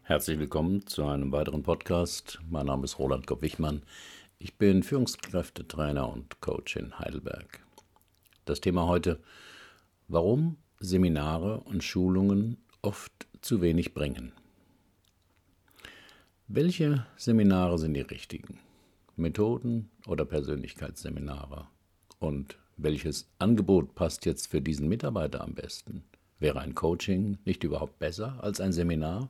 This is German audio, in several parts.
Herzlich willkommen zu einem weiteren Podcast. Mein Name ist Roland Kopp-Wichmann. Ich bin Führungskräftetrainer und Coach in Heidelberg. Das Thema heute: Warum Seminare und Schulungen oft zu wenig bringen. Welche Seminare sind die richtigen? Methoden- oder Persönlichkeitsseminare? Und welches Angebot passt jetzt für diesen Mitarbeiter am besten? Wäre ein Coaching nicht überhaupt besser als ein Seminar?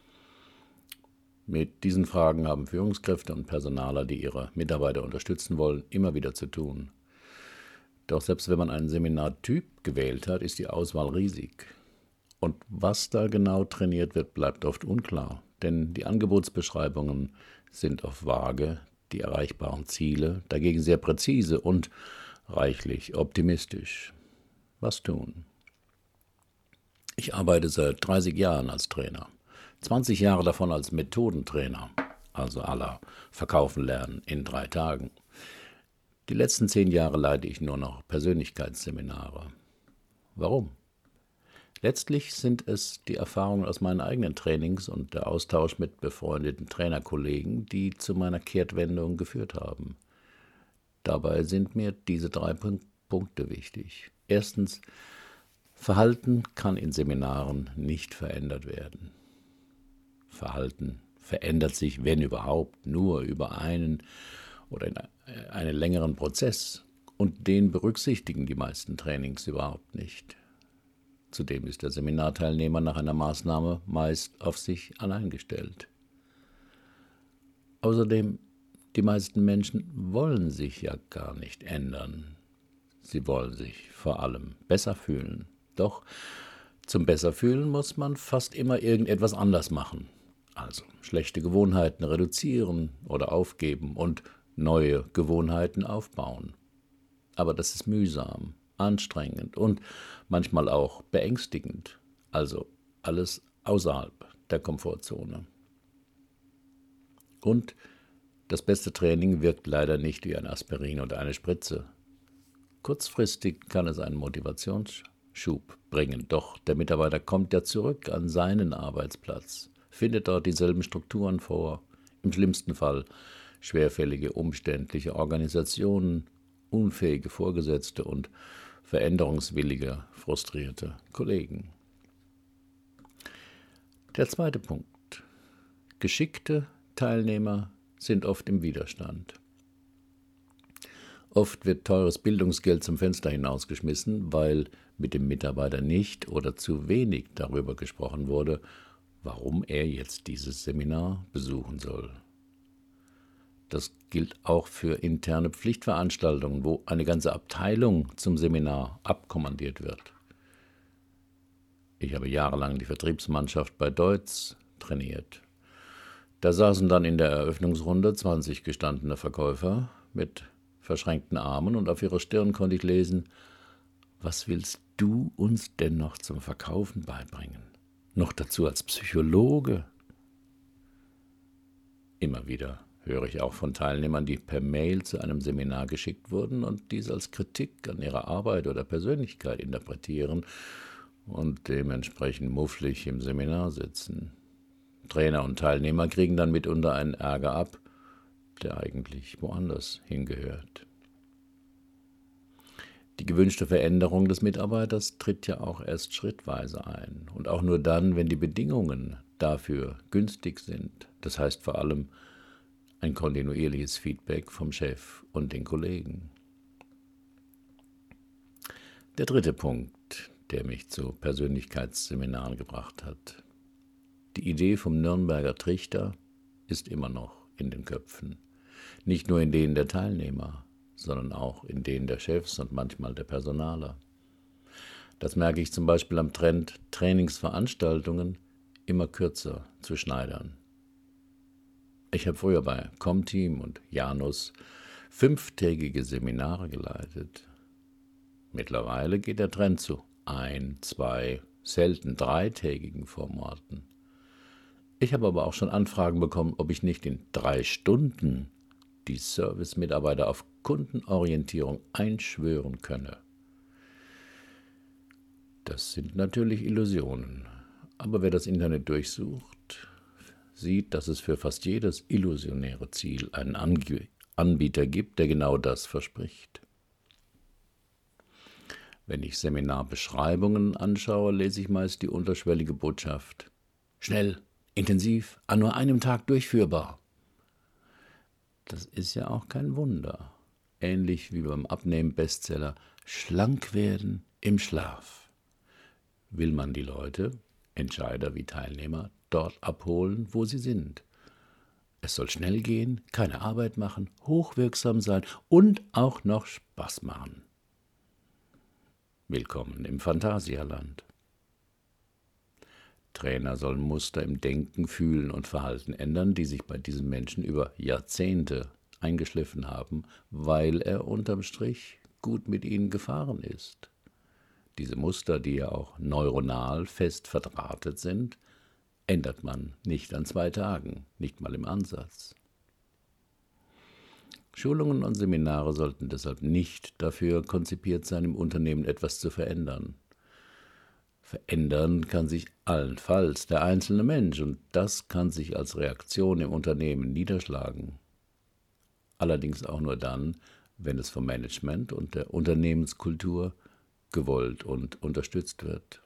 Mit diesen Fragen haben Führungskräfte und Personaler, die ihre Mitarbeiter unterstützen wollen, immer wieder zu tun. Doch selbst wenn man einen Seminartyp gewählt hat, ist die Auswahl riesig. Und was da genau trainiert wird, bleibt oft unklar, denn die Angebotsbeschreibungen sind oft vage, die erreichbaren Ziele dagegen sehr präzise und reichlich optimistisch. Was tun? Ich arbeite seit 30 Jahren als Trainer. 20 Jahre davon als Methodentrainer, also à la Verkaufen lernen in 3 Tagen. Die letzten 10 Jahre leite ich nur noch Persönlichkeitsseminare. Warum? Letztlich sind es die Erfahrungen aus meinen eigenen Trainings und der Austausch mit befreundeten Trainerkollegen, die zu meiner Kehrtwendung geführt haben. Dabei sind mir diese 3 Punkte wichtig. Erstens: Verhalten kann in Seminaren nicht verändert werden. Verhalten verändert sich, wenn überhaupt, nur über einen oder in einen längeren Prozess, und den berücksichtigen die meisten Trainings überhaupt nicht. Zudem ist der Seminarteilnehmer nach einer Maßnahme meist auf sich allein gestellt. Außerdem, die meisten Menschen wollen sich ja gar nicht ändern. Sie wollen sich vor allem besser fühlen. Doch zum Besserfühlen muss man fast immer irgendetwas anders machen. Also schlechte Gewohnheiten reduzieren oder aufgeben und neue Gewohnheiten aufbauen. Aber das ist mühsam, anstrengend und manchmal auch beängstigend. Also alles außerhalb der Komfortzone. Und das beste Training wirkt leider nicht wie ein Aspirin oder eine Spritze. Kurzfristig kann es einen Motivationsschub bringen, doch der Mitarbeiter kommt ja zurück an seinen Arbeitsplatz, findet dort dieselben Strukturen vor, im schlimmsten Fall schwerfällige, umständliche Organisationen, unfähige Vorgesetzte und veränderungswillige, frustrierte Kollegen. Der zweite Punkt: Geschickte Teilnehmer sind oft im Widerstand. Oft wird teures Bildungsgeld zum Fenster hinausgeschmissen, weil mit dem Mitarbeiter nicht oder zu wenig darüber gesprochen wurde, warum er jetzt dieses Seminar besuchen soll. Das gilt auch für interne Pflichtveranstaltungen, wo eine ganze Abteilung zum Seminar abkommandiert wird. Ich habe jahrelang die Vertriebsmannschaft bei Deutz trainiert. Da saßen dann in der Eröffnungsrunde 20 gestandene Verkäufer mit verschränkten Armen, und auf ihrer Stirn konnte ich lesen: Was willst du uns denn noch zum Verkaufen beibringen? Noch dazu als Psychologe? Immer wieder höre ich auch von Teilnehmern, die per Mail zu einem Seminar geschickt wurden und dies als Kritik an ihrer Arbeit oder Persönlichkeit interpretieren und dementsprechend mufflig im Seminar sitzen. Trainer und Teilnehmer kriegen dann mitunter einen Ärger ab, der eigentlich woanders hingehört. Die gewünschte Veränderung des Mitarbeiters tritt ja auch erst schrittweise ein und auch nur dann, wenn die Bedingungen dafür günstig sind. Das heißt vor allem ein kontinuierliches Feedback vom Chef und den Kollegen. Der dritte Punkt, der mich zu Persönlichkeitsseminaren gebracht hat: Die Idee vom Nürnberger Trichter ist immer noch in den Köpfen. Nicht nur in denen der Teilnehmer, sondern auch in denen der Chefs und manchmal der Personaler. Das merke ich zum Beispiel am Trend, Trainingsveranstaltungen immer kürzer zu schneidern. Ich habe früher bei Comteam und Janus 5-tägige Seminare geleitet. Mittlerweile geht der Trend zu 1, 2, selten 3-tägigen Formaten. Ich habe aber auch schon Anfragen bekommen, ob ich nicht in 3 Stunden die Service-Mitarbeiter auf Kundenorientierung einschwören könne. Das sind natürlich Illusionen, aber wer das Internet durchsucht, sieht, dass es für fast jedes illusionäre Ziel einen Anbieter gibt, der genau das verspricht. Wenn ich Seminarbeschreibungen anschaue, lese ich meist die unterschwellige Botschaft: Schnell, intensiv, an nur einem Tag durchführbar. Das ist ja auch kein Wunder. Ähnlich wie beim Abnehmen-Bestseller Schlank werden im Schlaf. Will man die Leute, Entscheider wie Teilnehmer, dort abholen, wo sie sind. Es soll schnell gehen, keine Arbeit machen, hochwirksam sein und auch noch Spaß machen. Willkommen im Phantasialand. Trainer sollen Muster im Denken, Fühlen und Verhalten ändern, die sich bei diesen Menschen über Jahrzehnte eingeschliffen haben, weil er unterm Strich gut mit ihnen gefahren ist. Diese Muster, die ja auch neuronal fest verdrahtet sind, ändert man nicht an 2 Tagen, nicht mal im Ansatz. Schulungen und Seminare sollten deshalb nicht dafür konzipiert sein, im Unternehmen etwas zu verändern. Verändern kann sich allenfalls der einzelne Mensch, und das kann sich als Reaktion im Unternehmen niederschlagen. Allerdings auch nur dann, wenn es vom Management und der Unternehmenskultur gewollt und unterstützt wird.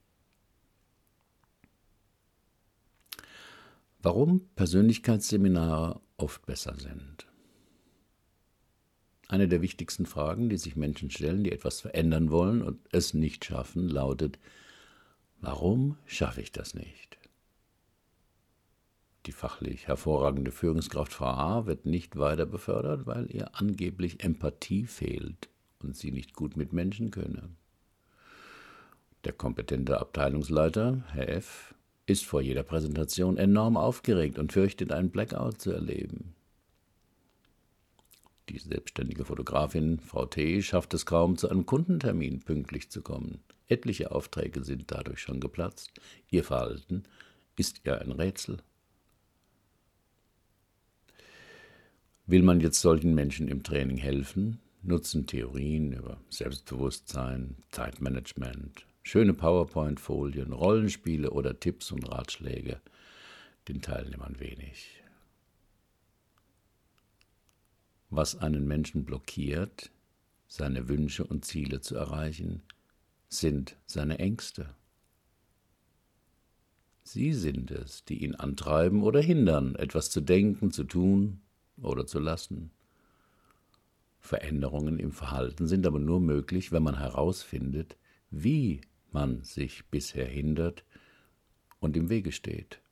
Warum Persönlichkeitsseminare oft besser sind. Eine der wichtigsten Fragen, die sich Menschen stellen, die etwas verändern wollen und es nicht schaffen, lautet: Warum schaffe ich das nicht? Die fachlich hervorragende Führungskraft Frau A wird nicht weiter befördert, weil ihr angeblich Empathie fehlt und sie nicht gut mit Menschen könne. Der kompetente Abteilungsleiter, Herr F., ist vor jeder Präsentation enorm aufgeregt und fürchtet, einen Blackout zu erleben. Die selbstständige Fotografin Frau T. schafft es kaum, zu einem Kundentermin pünktlich zu kommen. Etliche Aufträge sind dadurch schon geplatzt. Ihr Verhalten ist ihr ein Rätsel. Will man jetzt solchen Menschen im Training helfen, nutzen Theorien über Selbstbewusstsein, Zeitmanagement, schöne PowerPoint-Folien, Rollenspiele oder Tipps und Ratschläge den Teilnehmern wenig. Was einen Menschen blockiert, seine Wünsche und Ziele zu erreichen, sind seine Ängste. Sie sind es, die ihn antreiben oder hindern, etwas zu denken, zu tun oder zu lassen. Veränderungen im Verhalten sind aber nur möglich, wenn man herausfindet, wie man sich bisher hindert und im Wege steht.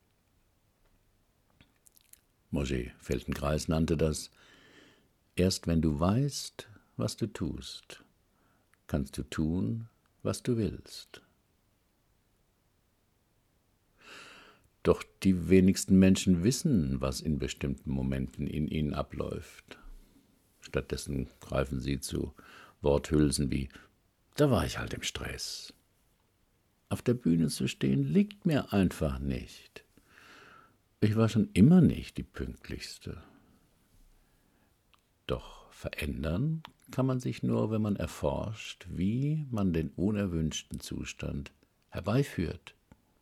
Moshe Feldenkrais nannte das: Erst wenn du weißt, was du tust, kannst du tun, was du willst. Doch die wenigsten Menschen wissen, was in bestimmten Momenten in ihnen abläuft. Stattdessen greifen sie zu Worthülsen wie: Da war ich halt im Stress. Auf der Bühne zu stehen liegt mir einfach nicht. Ich war schon immer nicht die Pünktlichste. Doch verändern kann man sich nur, wenn man erforscht, wie man den unerwünschten Zustand herbeiführt.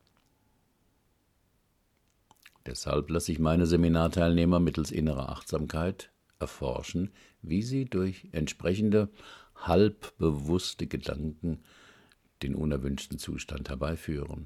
Deshalb lasse ich meine Seminarteilnehmer mittels innerer Achtsamkeit erforschen, wie sie durch entsprechende halbbewusste Gedanken den unerwünschten Zustand herbeiführen.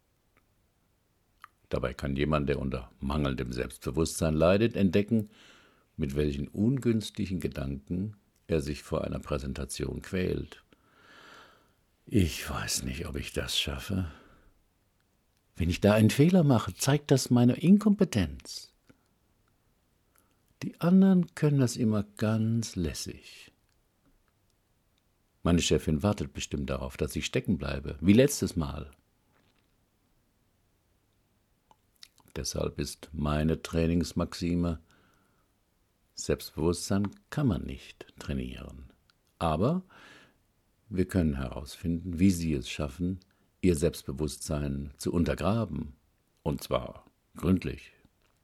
Dabei kann jemand, der unter mangelndem Selbstbewusstsein leidet, entdecken, mit welchen ungünstigen Gedanken er sich vor einer Präsentation quält. Ich weiß nicht, ob ich das schaffe. Wenn ich da einen Fehler mache, zeigt das meine Inkompetenz. Die anderen können das immer ganz lässig. Meine Chefin wartet bestimmt darauf, dass ich stecken bleibe, wie letztes Mal. Deshalb ist meine Trainingsmaxime: Selbstbewusstsein kann man nicht trainieren. Aber wir können herausfinden, wie Sie es schaffen, Ihr Selbstbewusstsein zu untergraben. Und zwar gründlich.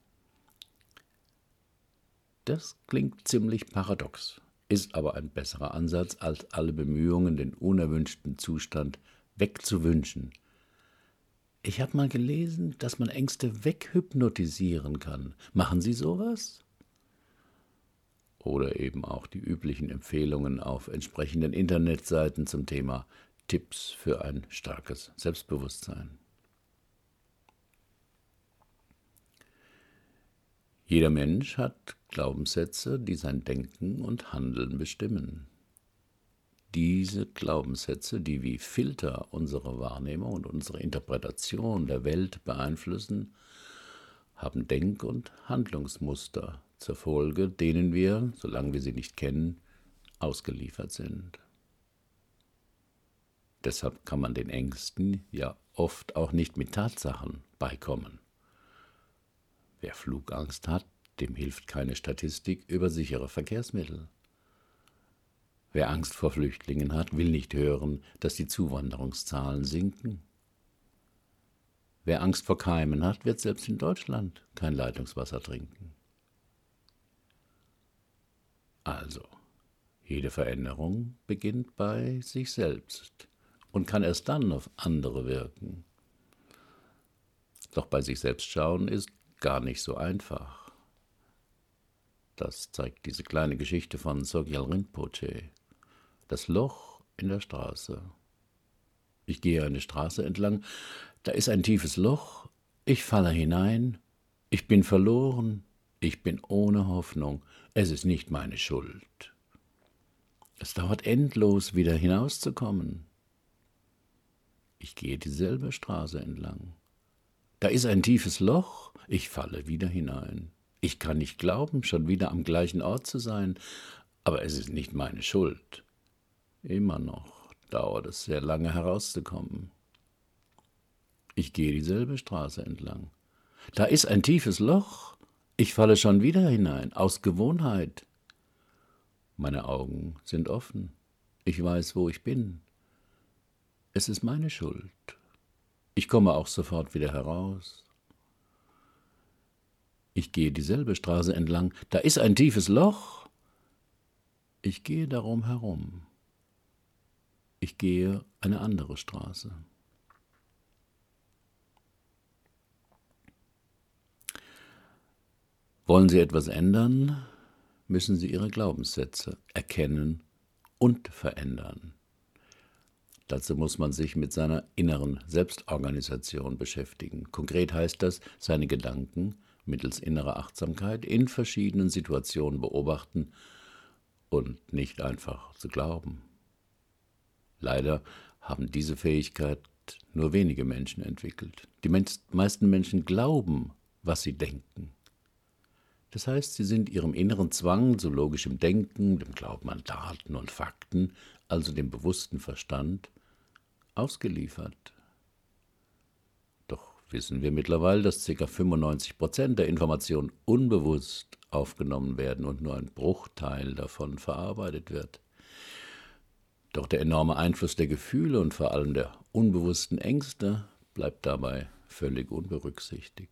Das klingt ziemlich paradox, ist aber ein besserer Ansatz, als alle Bemühungen, den unerwünschten Zustand wegzuwünschen. Ich habe mal gelesen, dass man Ängste weghypnotisieren kann. Machen Sie sowas? Oder eben auch die üblichen Empfehlungen auf entsprechenden Internetseiten zum Thema Tipps für ein starkes Selbstbewusstsein. Jeder Mensch hat Glaubenssätze, die sein Denken und Handeln bestimmen. Diese Glaubenssätze, die wie Filter unsere Wahrnehmung und unsere Interpretation der Welt beeinflussen, haben Denk- und Handlungsmuster zur Folge, denen wir, solange wir sie nicht kennen, ausgeliefert sind. Deshalb kann man den Ängsten ja oft auch nicht mit Tatsachen beikommen. Wer Flugangst hat, dem hilft keine Statistik über sichere Verkehrsmittel. Wer Angst vor Flüchtlingen hat, will nicht hören, dass die Zuwanderungszahlen sinken. Wer Angst vor Keimen hat, wird selbst in Deutschland kein Leitungswasser trinken. Also, jede Veränderung beginnt bei sich selbst und kann erst dann auf andere wirken. Doch bei sich selbst schauen ist gar nicht so einfach. Das zeigt diese kleine Geschichte von Sogyal Rinpoche. Das Loch in der Straße. Ich gehe eine Straße entlang, da ist ein tiefes Loch, ich falle hinein, ich bin verloren, ich bin ohne Hoffnung, es ist nicht meine Schuld. Es dauert endlos, wieder hinauszukommen. Ich gehe dieselbe Straße entlang. Da ist ein tiefes Loch, ich falle wieder hinein. Ich kann nicht glauben, schon wieder am gleichen Ort zu sein, aber es ist nicht meine Schuld. Immer noch dauert es sehr lange herauszukommen. Ich gehe dieselbe Straße entlang. Da ist ein tiefes Loch, ich falle schon wieder hinein, aus Gewohnheit. Meine Augen sind offen, ich weiß, wo ich bin. Es ist meine Schuld. Ich komme auch sofort wieder heraus. Ich gehe dieselbe Straße entlang, da ist ein tiefes Loch. Ich gehe darum herum. Ich gehe eine andere Straße. Wollen Sie etwas ändern, müssen Sie Ihre Glaubenssätze erkennen und verändern. Dazu muss man sich mit seiner inneren Selbstorganisation beschäftigen. Konkret heißt das, seine Gedanken mittels innerer Achtsamkeit in verschiedenen Situationen beobachten und nicht einfach zu glauben. Leider haben diese Fähigkeit nur wenige Menschen entwickelt. Die meisten Menschen glauben, was sie denken. Das heißt, sie sind ihrem inneren Zwang zu logischem Denken, dem Glauben an Daten und Fakten, also dem bewussten Verstand, ausgeliefert. Doch wissen wir mittlerweile, dass ca. 95% der Informationen unbewusst aufgenommen werden und nur ein Bruchteil davon verarbeitet wird. Doch der enorme Einfluss der Gefühle und vor allem der unbewussten Ängste bleibt dabei völlig unberücksichtigt.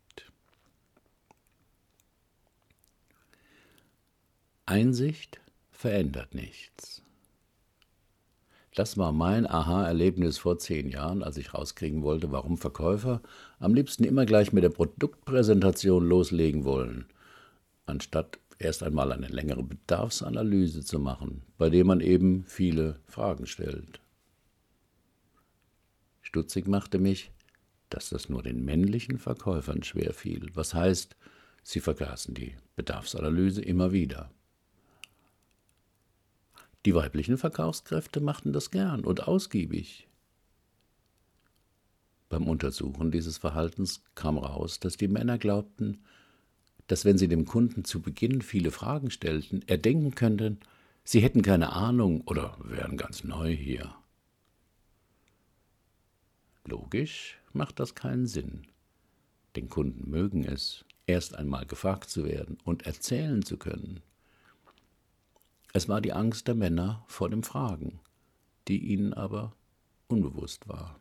Einsicht verändert nichts. Das war mein Aha-Erlebnis vor 10 Jahren, als ich rauskriegen wollte, warum Verkäufer am liebsten immer gleich mit der Produktpräsentation loslegen wollen, anstatt erst einmal eine längere Bedarfsanalyse zu machen, bei der man eben viele Fragen stellt. Stutzig machte mich, dass das nur den männlichen Verkäufern schwer fiel. Was heißt, sie vergaßen die Bedarfsanalyse immer wieder. Die weiblichen Verkaufskräfte machten das gern und ausgiebig. Beim Untersuchen dieses Verhaltens kam raus, dass die Männer glaubten, dass wenn sie dem Kunden zu Beginn viele Fragen stellten, er denken könnte, sie hätten keine Ahnung oder wären ganz neu hier. Logisch macht das keinen Sinn. Denn Kunden mögen es, erst einmal gefragt zu werden und erzählen zu können. Es war die Angst der Männer vor dem Fragen, die ihnen aber unbewusst war.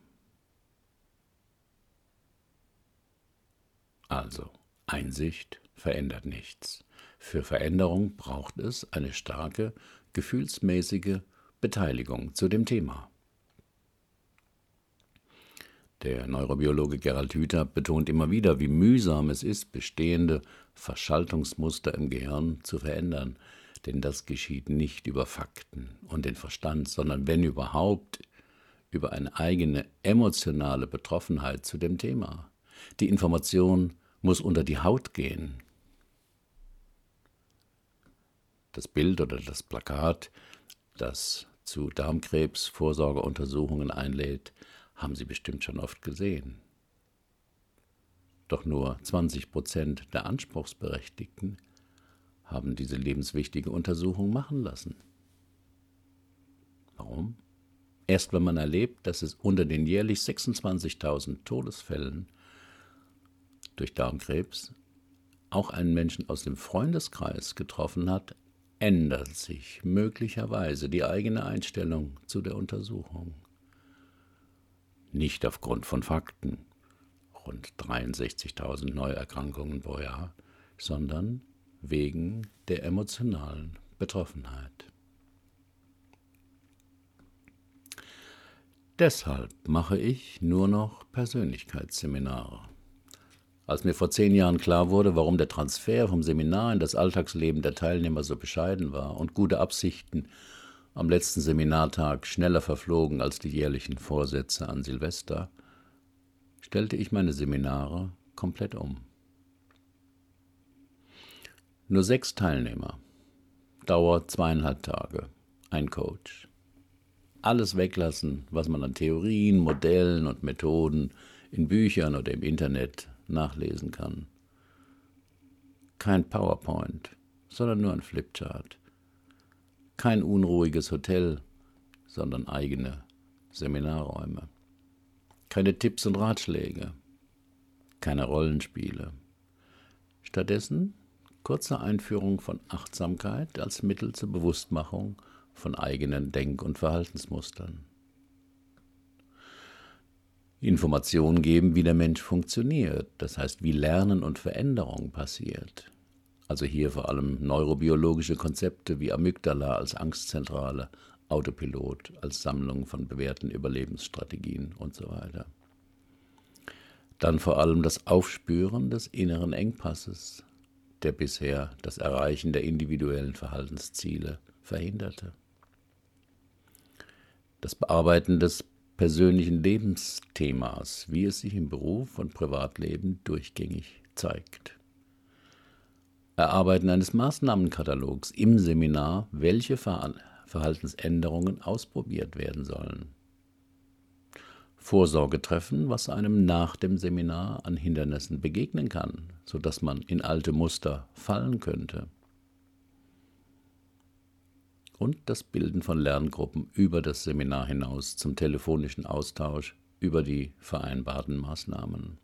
Also, Einsicht verändert nichts. Für Veränderung braucht es eine starke, gefühlsmäßige Beteiligung zu dem Thema. Der Neurobiologe Gerald Hüther betont immer wieder, wie mühsam es ist, bestehende Verschaltungsmuster im Gehirn zu verändern. Denn das geschieht nicht über Fakten und den Verstand, sondern wenn überhaupt über eine eigene emotionale Betroffenheit zu dem Thema. Die Information muss unter die Haut gehen. Das Bild oder das Plakat, das zu Darmkrebs-Vorsorgeuntersuchungen einlädt, haben Sie bestimmt schon oft gesehen. Doch nur 20% der Anspruchsberechtigten haben diese lebenswichtige Untersuchung machen lassen. Warum? Erst wenn man erlebt, dass es unter den jährlich 26.000 Todesfällen durch Darmkrebs auch einen Menschen aus dem Freundeskreis getroffen hat, ändert sich möglicherweise die eigene Einstellung zu der Untersuchung. Nicht aufgrund von Fakten, rund 63.000 Neuerkrankungen pro Jahr, sondern wegen der emotionalen Betroffenheit. Deshalb mache ich nur noch Persönlichkeitsseminare. Als mir vor 10 Jahren klar wurde, warum der Transfer vom Seminar in das Alltagsleben der Teilnehmer so bescheiden war und gute Absichten am letzten Seminartag schneller verflogen als die jährlichen Vorsätze an Silvester, stellte ich meine Seminare komplett um. Nur 6 Teilnehmer, Dauer 2,5 Tage, ein Coach. Alles weglassen, was man an Theorien, Modellen und Methoden in Büchern oder im Internet nachlesen kann. Kein PowerPoint, sondern nur ein Flipchart. Kein unruhiges Hotel, sondern eigene Seminarräume. Keine Tipps und Ratschläge, keine Rollenspiele. Stattdessen kurze Einführung von Achtsamkeit als Mittel zur Bewusstmachung von eigenen Denk- und Verhaltensmustern. Informationen geben, wie der Mensch funktioniert, das heißt, wie Lernen und Veränderung passiert. Also hier vor allem neurobiologische Konzepte wie Amygdala als Angstzentrale, Autopilot als Sammlung von bewährten Überlebensstrategien und so weiter. Dann vor allem das Aufspüren des inneren Engpasses, der bisher das Erreichen der individuellen Verhaltensziele verhinderte. Das Bearbeiten des persönlichen Lebensthemas, wie es sich im Beruf und Privatleben durchgängig zeigt. Erarbeiten eines Maßnahmenkatalogs im Seminar, welche Verhaltensänderungen ausprobiert werden sollen. Vorsorge treffen, was einem nach dem Seminar an Hindernissen begegnen kann, sodass man in alte Muster fallen könnte. Und das Bilden von Lerngruppen über das Seminar hinaus zum telefonischen Austausch über die vereinbarten Maßnahmen.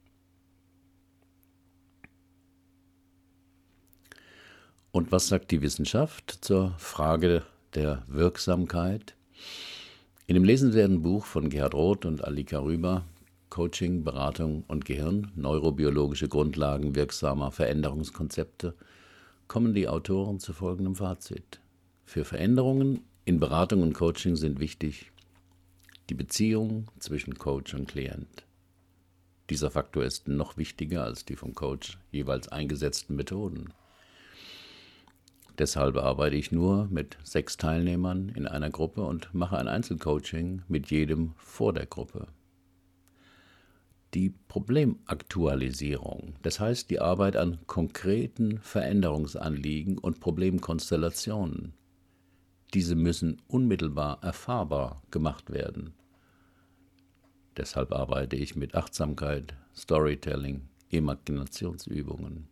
Und was sagt die Wissenschaft zur Frage der Wirksamkeit? In dem lesenswerten Buch von Gerhard Roth und Alika Rüber, Coaching, Beratung und Gehirn, neurobiologische Grundlagen wirksamer Veränderungskonzepte, kommen die Autoren zu folgendem Fazit. Für Veränderungen in Beratung und Coaching sind wichtig die Beziehung zwischen Coach und Klient. Dieser Faktor ist noch wichtiger als die vom Coach jeweils eingesetzten Methoden. Deshalb arbeite ich nur mit 6 Teilnehmern in einer Gruppe und mache ein Einzelcoaching mit jedem vor der Gruppe. Die Problemaktualisierung, das heißt die Arbeit an konkreten Veränderungsanliegen und Problemkonstellationen, diese müssen unmittelbar erfahrbar gemacht werden. Deshalb arbeite ich mit Achtsamkeit, Storytelling, Imaginationsübungen.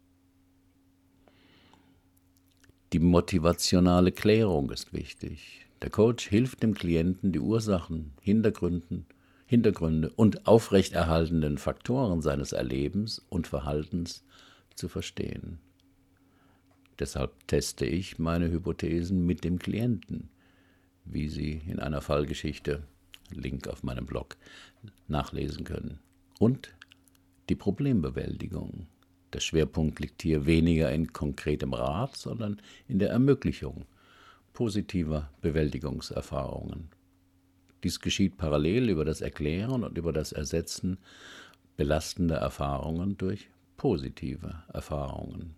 Die motivationale Klärung ist wichtig. Der Coach hilft dem Klienten, die Ursachen, Hintergründe und aufrechterhaltenden Faktoren seines Erlebens und Verhaltens zu verstehen. Deshalb teste ich meine Hypothesen mit dem Klienten, wie Sie in einer Fallgeschichte, Link auf meinem Blog, nachlesen können. Und die Problembewältigung. Der Schwerpunkt liegt hier weniger in konkretem Rat, sondern in der Ermöglichung positiver Bewältigungserfahrungen. Dies geschieht parallel über das Erklären und über das Ersetzen belastender Erfahrungen durch positive Erfahrungen.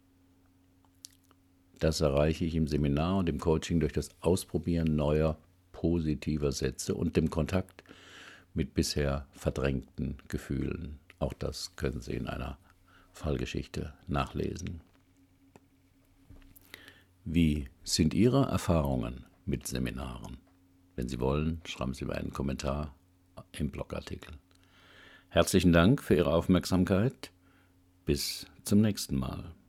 Das erreiche ich im Seminar und im Coaching durch das Ausprobieren neuer positiver Sätze und dem Kontakt mit bisher verdrängten Gefühlen. Auch das können Sie in einer Fallgeschichte nachlesen. Wie sind Ihre Erfahrungen mit Seminaren? Wenn Sie wollen, schreiben Sie mir einen Kommentar im Blogartikel. Herzlichen Dank für Ihre Aufmerksamkeit. Bis zum nächsten Mal.